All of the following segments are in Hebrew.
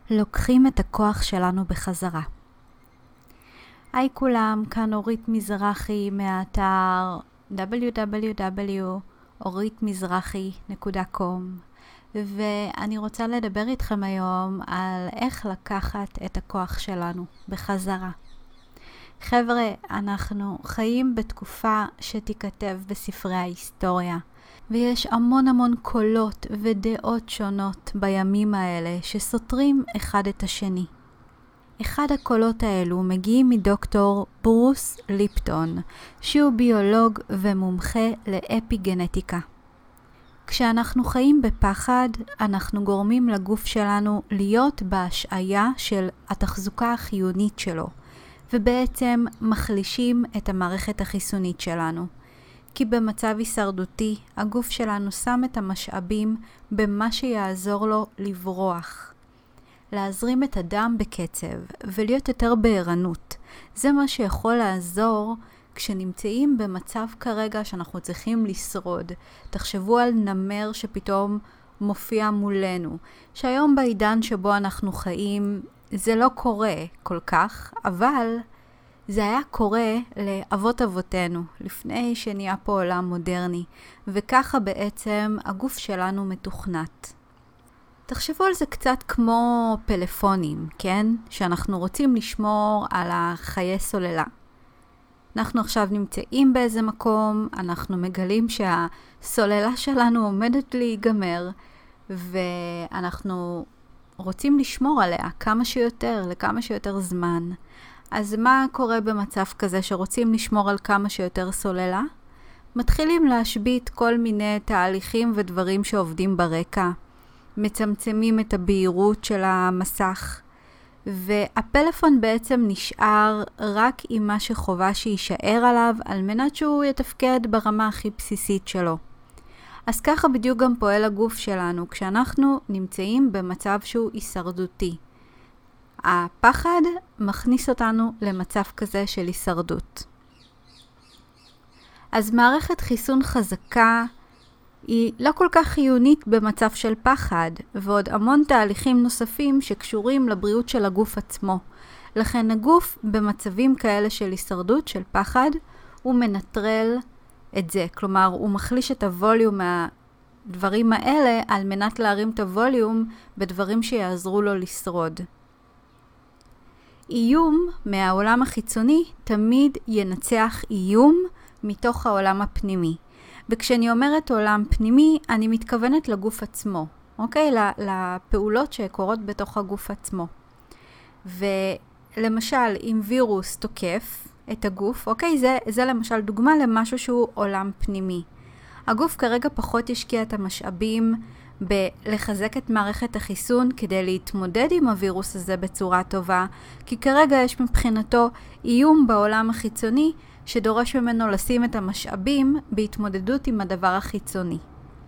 לוקחים את הכוח שלנו בחזרה. היי כולם, כאן אורית מזרחי מהאתר www.oritmizrahi.com ואני רוצה לדבר איתכם היום על איך לקחת את הכוח שלנו בחזרה. חבר'ה, אנחנו חיים בתקופה שתיכתב בספרי ההיסטוריה, ויש המון קולות ודעות שונות בימים האלה שסותרים אחד את השני. אחד הקולות האלו מגיעים מדוקטור ברוס ליפטון, שהוא ביולוג ומומחה לאפיגנטיקה. כשאנחנו חיים בפחד, אנחנו גורמים לגוף שלנו להיות בהשעיה של התחזוקה החיונית שלו, ובעצם מחלישים את המערכת החיסונית שלנו. כי במצב הישרדותי, הגוף שלנו שם את המשאבים במה שיעזור לו לברוח. להזרים את הדם בקצב ולהיות יותר בערנות. זה מה שיכול לעזור כשנמצאים במצב כרגע שאנחנו צריכים לשרוד. תחשבו על נמר שפתאום מופיע מולנו. שהיום בעידן שבו אנחנו חיים זה לא קורה כל כך, אבל זה היה קורה לאבות אבותינו, לפני שנהיה פה עולם מודרני, וככה בעצם הגוף שלנו מתוכנת. תחשבו על זה קצת כמו פלאפונים, כן? שאנחנו רוצים לשמור על החיי סוללה. אנחנו עכשיו נמצאים באיזה מקום, אנחנו מגלים שהסוללה שלנו עומדת להיגמר, ואנחנו רוצים לשמור עליה כמה שיותר, לכמה שיותר זמן. אז מה קורה במצב כזה שרוצים לשמור על כמה שיותר סוללה? מתחילים להשבית כל מיני תהליכים ודברים שעובדים ברקע. מצמצמים את הבהירות של המסך. והפלאפון בעצם נשאר רק עם מה שחובה שישאר עליו על מנת שהוא יתפקד ברמה הכי בסיסית שלו. אז ככה בדיוק גם פועל הגוף שלנו כשאנחנו נמצאים במצב שהוא הישרדותי. הפחד מכניס אותנו למצב כזה של הישרדות. אז מערכת חיסון חזקה היא לא כל כך חיונית במצב של פחד, ועוד המון תהליכים נוספים שקשורים לבריאות של הגוף עצמו. לכן הגוף במצבים כאלה של הישרדות, של פחד, הוא מנטרל את זה. כלומר, הוא מחליש את הווליום מהדברים האלה על מנת להרים את הווליום בדברים שיעזרו לו לשרוד. איום מהעולם החיצוני תמיד ינצח איום מתוך העולם הפנימי. וכשאני אומרת עולם פנימי, אני מתכוונת לגוף עצמו, אוקיי? לפעולות שקורות בתוך הגוף עצמו. ולמשל, אם וירוס תוקף את הגוף, אוקיי? זה למשל דוגמה למשהו שהוא עולם פנימי. הגוף כרגע פחות ישקיע את המשאבים בלחזק את מערכת החיסון כדי להתמודד עם הווירוס הזה בצורה טובה, כי כרגע יש מבחינתו איום בעולם החיצוני שדורש ממנו לשים את המשאבים בהתמודדות עם הדבר החיצוני.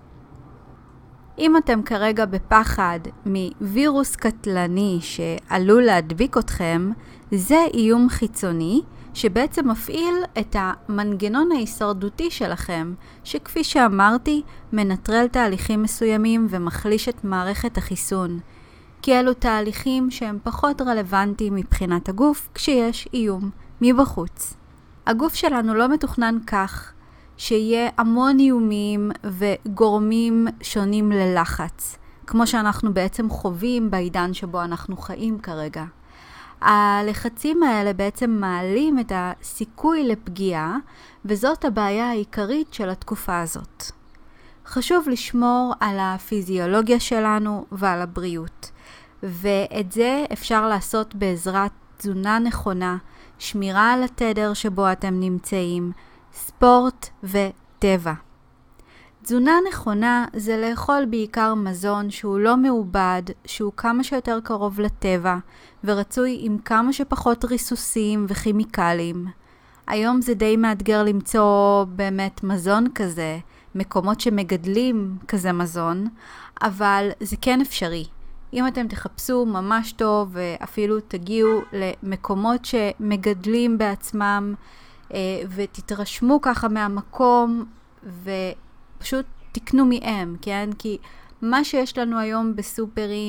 אם אתם כרגע בפחד מווירוס קטלני שעלול להדביק אתכם, זה איום חיצוני שבעצם מפעיל את המנגנון ההישרדותי שלכם, שכפי שאמרתי, מנטרל תהליכים מסוימים ומחליש את מערכת החיסון. כי אלו תהליכים שהם פחות רלוונטיים מבחינת הגוף כשיש איום מבחוץ. הגוף שלנו לא מתוכנן כך שיהיה המון איומים וגורמים שונים ללחץ, כמו שאנחנו בעצם חווים בעידן שבו אנחנו חיים כרגע. הלחצים האלה בעצם מעלים את הסיכוי לפגיעה, וזאת הבעיה העיקרית של התקופה הזאת. חשוב לשמור על הפיזיולוגיה שלנו ועל הבריאות, ואת זה אפשר לעשות בעזרת תזונה נכונה, שמירה על התדר שבו אתם נמצאים, ספורט וטבע. תזונה נכונה זה לאכול בעיקר מזון שהוא לא מעובד, שהוא כמה שיותר קרוב לטבע, ורצוי עם כמה שפחות ריסוסים וכימיקלים. היום זה די מאתגר למצוא באמת מזון כזה, מקומות שמגדלים כזה מזון, אבל זה כן אפשרי. אם אתם תחפשו ממש טוב ואפילו תגיעו למקומות שמגדלים בעצמם ותתרשמו ככה מהמקום ופשוט תקנו מהם, כן? כי מה שיש לנו היום בסופרים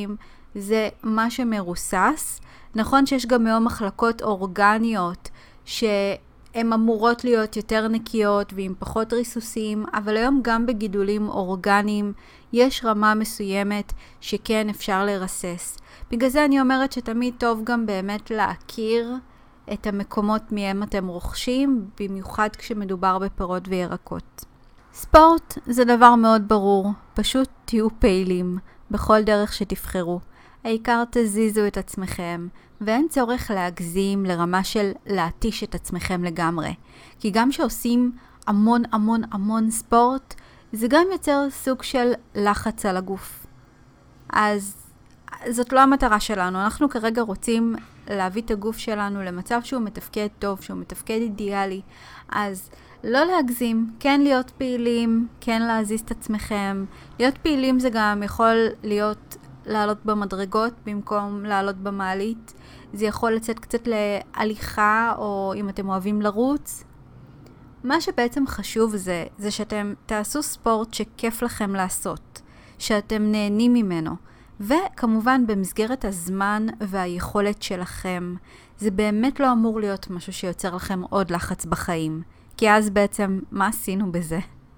זה מה שמרוסס. נכון שיש גם היום מחלקות אורגניות שהן אמורות להיות יותר נקיות ועם פחות ריסוסים, אבל היום גם בגידולים אורגניים יש רמה מסוימת שכן אפשר לרסס. בגלל זה אני אומרת שתמיד טוב גם באמת להכיר את המקומות מהם אתם רוכשים, במיוחד כשמדובר בפירות וירקות. ספורט זה דבר מאוד ברור, פשוט תהיו פעילים בכל דרך שתבחרו. העיקר תזיזו את עצמכם, ואין צורך להגזים לרמה של להתיש את עצמכם לגמרי. כי גם שעושים המון המון המון ספורט, זה גם יוצר סוג של לחץ על הגוף. אז זאת לא המטרה שלנו. אנחנו כרגע רוצים להביא את הגוף שלנו למצב שהוא מתפקד טוב, שהוא מתפקד אידיאלי. אז לא להגזים, כן להיות פעילים, כן להזיז את עצמכם. להיות פעילים זה גם יכול להיות לעלות במדרגות במקום לעלות במעלית. זה יכול לצאת קצת להליכה, או אם אתם אוהבים לרוץ. מה שבעצם חשוב זה שאתם תעשו ספורט שכיף לכם לעשות, שאתם נהנים ממנו. וכמובן במסגרת הזמן והיכולת שלכם. זה באמת לא אמור להיות משהו שיוצר לכם עוד לחץ בחיים. כי אז בעצם מה עשינו בזה?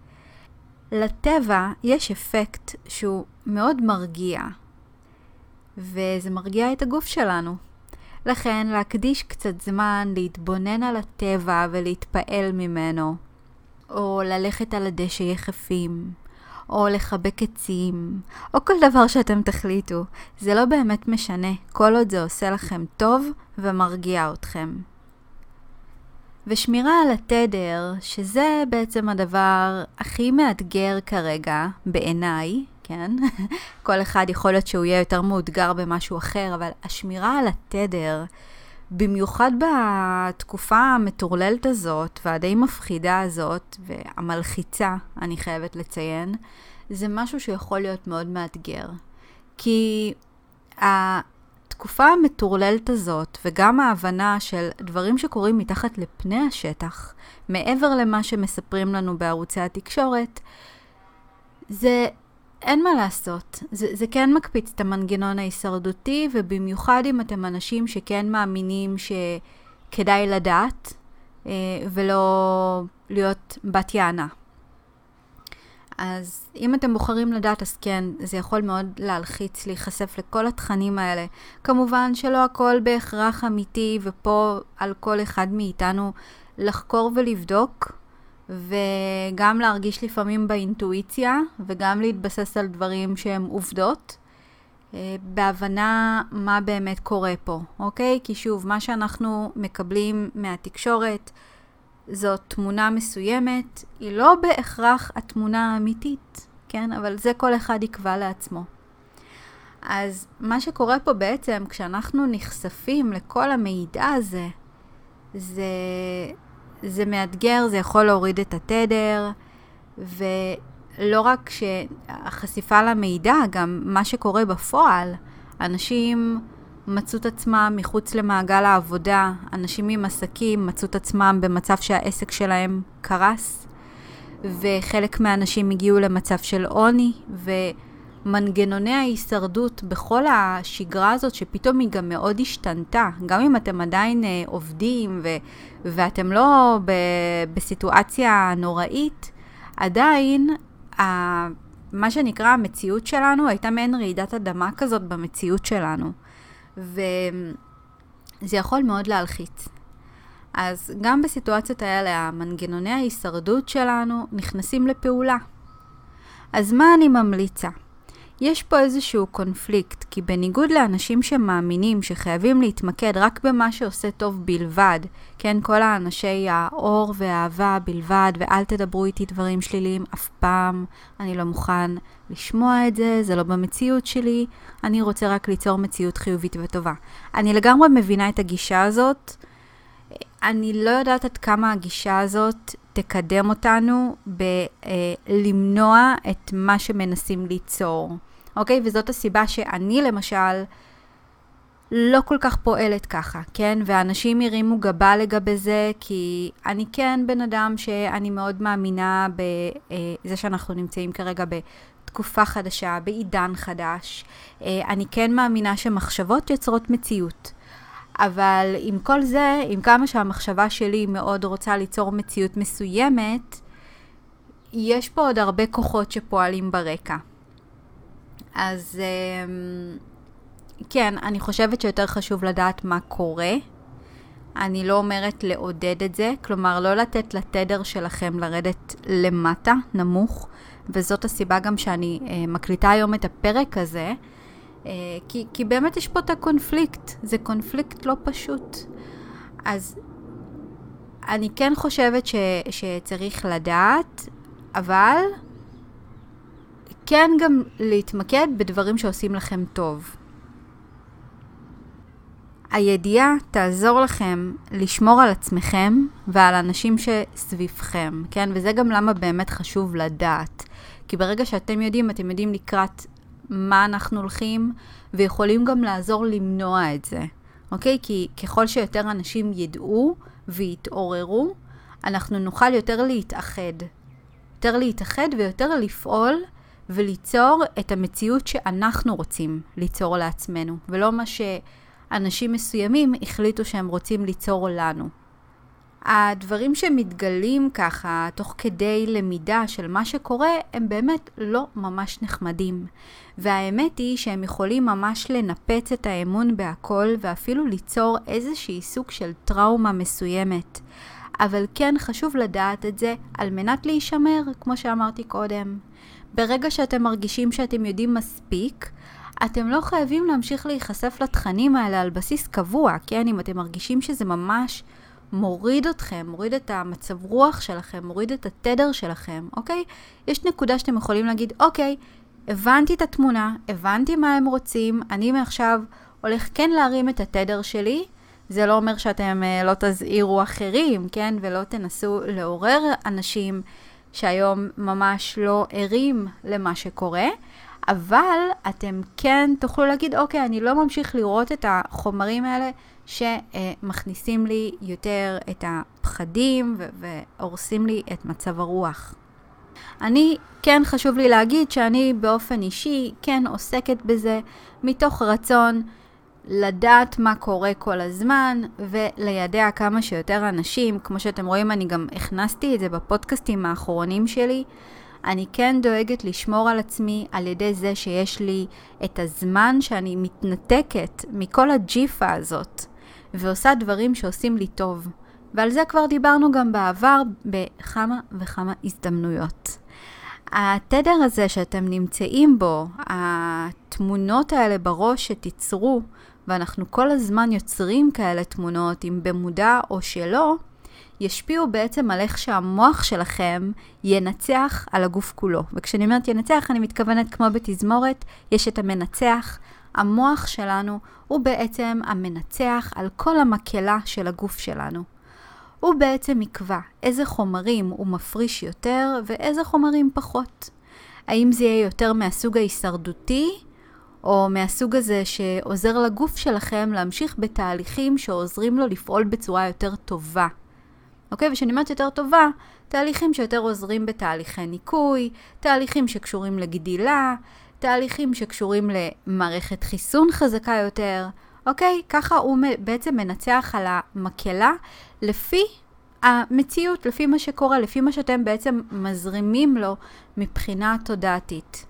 לטבע יש אפקט שהוא מאוד מרגיע. וזה מרגיע את הגוף שלנו. לכן להקדיש קצת זמן להתבונן על הטבע ולהתפעל ממנו. או ללכת על הדשא יחפים. או לחבק עצים, או כל דבר שאתם תחליטו. זה לא באמת משנה, כל עוד זה עושה לכם טוב ומרגיע אתכם. ושמירה על התדר, שזה בעצם הדבר הכי מאתגר כרגע בעיניי, כן? כל אחד יכול להיות שהוא יהיה יותר מאותגר במשהו אחר, אבל השמירה על התדר, במיוחד בתקופה המטורללת הזאת, והדי מפחידה הזאת, והמלחיצה, אני חייבת לציין, זה משהו שיכול להיות מאוד מאתגר. כי התקופה המטורללת הזאת, וגם ההבנה של דברים שקורים מתחת לפני השטח, מעבר למה שמספרים לנו בערוצי התקשורת, זה אין מה לעשות. זה כן מקפיץ את המנגנון ההישרדותי, ובמיוחד אם אתם אנשים שכן מאמינים שכדאי לדעת, ולא להיות בת יענה. אז אם אתם בוחרים לדעת, אז כן, זה יכול מאוד להלחיץ, להיחשף לכל התכנים האלה. כמובן שלא הכל בהכרח אמיתי, ופה על כל אחד מאיתנו לחקור ולבדוק, וגם להרגיש לפעמים באינטואיציה, וגם להתבסס על דברים שהם עובדות, בהבנה מה באמת קורה פה, אוקיי? כי שוב, מה שאנחנו מקבלים מהתקשורת, זאת תמונה מסוימת, היא לא בהכרח התמונה האמיתית, כן? אבל זה כל אחד יקבע לעצמו. אז מה שקורה פה בעצם, כשאנחנו נחשפים לכל המידע הזה, זה מאתגר, זה יכול להוריד את התדר, ולא רק שהחשיפה למידע, גם מה שקורה בפועל, אנשים מצאו את עצמם מחוץ למעגל העבודה, אנשים עם עסקים מצאו את עצמם במצב שהעסק שלהם קרס, וחלק מהאנשים הגיעו למצב של עוני, ומנגנוני ההישרדות בכל השגרה הזאת, שפתאום היא גם מאוד השתנתה, גם אם אתם עדיין עובדים, ואתם לא בסיטואציה נוראית, עדיין מה שנקרא המציאות שלנו הייתה מעין רעידת אדמה כזאת במציאות שלנו. וזה יכול מאוד להלחיץ. אז גם בסיטואציות האלה, המנגנוני ההישרדות שלנו נכנסים לפעולה. אז מה אני ממליצה? יש פה איזשהו קונפליקט, כי בניגוד לאנשים שמאמינים שחייבים להתמקד רק במה שעושה טוב בלבד, כן, כל האנשי האור והאהבה בלבד, ואל תדברו איתי דברים שליליים אף פעם, אני לא מוכן לשמוע את זה, זה לא במציאות שלי, אני רוצה רק ליצור מציאות חיובית וטובה. אני לגמרי מבינה את הגישה הזאת, אני לא יודעת עד כמה הגישה הזאת תקדם אותנו בלמנוע את מה שמנסים ליצור. אוקיי? וזאת הסיבה שאני למשל לא כל כך פועלת ככה, כן? ואנשים ירימו גבה לגבי זה, כי אני כן בן אדם שאני מאוד מאמינה בזה שאנחנו נמצאים כרגע בתקופה חדשה, בעידן חדש. אני כן מאמינה שמחשבות יוצרות מציאות. אבל עם כל זה, עם כמה שהמחשבה שלי מאוד רוצה ליצור מציאות מסוימת, יש פה עוד הרבה כוחות שפועלים ברקע. אז כן, אני חושבת שיותר חשוב לדעת מה קורה. אני לא אומרת לעודד את זה, כלומר לא לתת לתדר שלכם לרדת למטה, נמוך, וזאת הסיבה גם שאני מקליטה היום את הפרק הזה, כי באמת יש פה את הקונפליקט, זה קונפליקט לא פשוט. אז אני כן חושבת שצריך לדעת, אבל כן גם להתמקד בדברים שעושים לכם טוב. הידיעה תעזור לכם לשמור על עצמכם ועל אנשים שסביבכם, כן? וזה גם למה באמת חשוב לדעת. כי ברגע שאתם יודעים, אתם יודעים לקראת מה אנחנו הולכים, ויכולים גם לעזור למנוע את זה, אוקיי? כי ככל שיותר אנשים ידעו ויתעוררו, אנחנו נוכל יותר להתאחד ויותר לפעול וליצור את המציאות שאנחנו רוצים ליצור לעצמנו, ולא מה שאנשים מסוימים החליטו שהם רוצים ליצור לנו. הדברים שמתגלים ככה תוך כדי למידה של מה שקורה הם באמת לא ממש נחמדים. והאמת היא שהם יכולים ממש לנפץ את האמון בהכל ואפילו ליצור איזושהי סוג של טראומה מסוימת. אבל כן חשוב לדעת את זה על מנת להישמר, כמו שאמרתי קודם. ברגע שאתם מרגישים שאתם יודעים מספיק, אתם לא חייבים להמשיך להיחשף לתכנים האלה על בסיס קבוע, כן? אם אתם מרגישים שזה ממש מוריד אתכם, מוריד את המצב רוח שלכם, מוריד את התדר שלכם, אוקיי? יש נקודה שאתם יכולים להגיד, אוקיי, הבנתי את התמונה, הבנתי מה הם רוצים, אני מעכשיו הולך כן להרים את התדר שלי, זה לא אומר שאתם לא תזהירו אחרים, כן? ולא תנסו לעורר אנשים שהיום ממש לא ערים למה שקורה, אבל אתם כן תוכלו להגיד, אוקיי, אני לא ממשיך לראות את החומרים האלה שמכניסים לי יותר את הפחדים והורסים לי את מצב הרוח. אני כן חשוב לי להגיד שאני באופן אישי כן עוסקת בזה מתוך רצון לדעת מה קורה כל הזמן ולידע כמה שיותר אנשים. כמו שאתם רואים, אני גם הכנסתי את זה בפודקאסטים האחרונים שלי. אני כן דואגת לשמור על עצמי על ידי זה שיש לי את הזמן שאני מתנתקת מכל הג'יפה הזאת ועושה דברים שעושים לי טוב. ועל זה כבר דיברנו גם בעבר בכמה וכמה הזדמנויות. התדר הזה שאתם נמצאים בו, התמונות האלה בראש שתיצרו, ואנחנו כל הזמן יוצרים כאלה תמונות, אם במודע או שלא, ישפיעו בעצם על איך שהמוח שלכם ינצח על הגוף כולו. וכשאני אומרת ינצח, אני מתכוונת כמו בתזמורת, יש את המנצח. המוח שלנו הוא בעצם המנצח על כל המקלה של הגוף שלנו. הוא בעצם יקבע איזה חומרים הוא מפריש יותר ואיזה חומרים פחות. האם זה יהיה יותר מהסוג ההישרדותי, או מהסוג הזה שעוזר לגוף שלכם להמשיך בתהליכים שעוזרים לו לפעול בצורה יותר טובה. אוקיי? ושאני אומרת יותר טובה, תהליכים שיותר עוזרים בתהליכי ניקוי, תהליכים שקשורים לגדילה, תהליכים שקשורים למערכת חיסון חזקה יותר. אוקיי? ככה הוא בעצם מנצח על המקלה לפי המציאות, לפי מה שקורה, לפי מה שאתם בעצם מזרימים לו מבחינה תודעתית.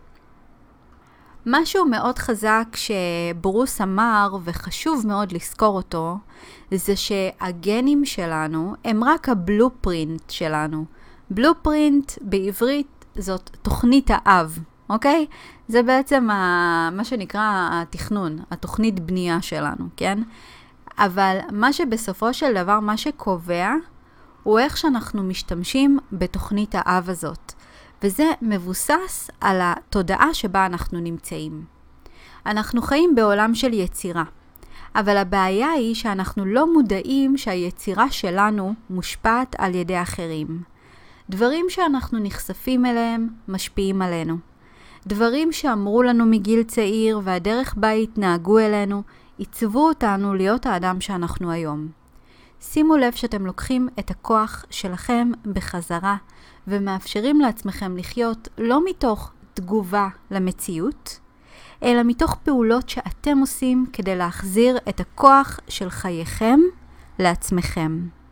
משהו מאוד חזק שברוס אמר, וחשוב מאוד לזכור אותו, זה שהגנים שלנו הם רק הבלופרינט שלנו. בלופרינט בעברית זאת תוכנית האב, אוקיי? זה בעצם מה שנקרא התכנון, התוכנית בנייה שלנו, כן? אבל מה שבסופו של דבר, מה שקובע, הוא איך שאנחנו משתמשים בתוכנית האב הזאת. וזה מבוסס על התודעה שבה אנחנו נמצאים. אנחנו חיים בעולם של יצירה, אבל הבעיה היא שאנחנו לא מודעים שהיצירה שלנו מושפעת על ידי אחרים. דברים שאנחנו נחשפים אליהם משפיעים עלינו. דברים שאמרו לנו מגיל צעיר והדרך בה התנהגו אלינו, עיצבו אותנו להיות האדם שאנחנו היום. שימו לב שאתם לוקחים את הכוח שלכם בחזרה, ומאפשרים לעצמכם לחיות לא מתוך תגובה למציאות, אלא מתוך פעולות שאתם עושים כדי להחזיר את הכוח של חייכם לעצמכם.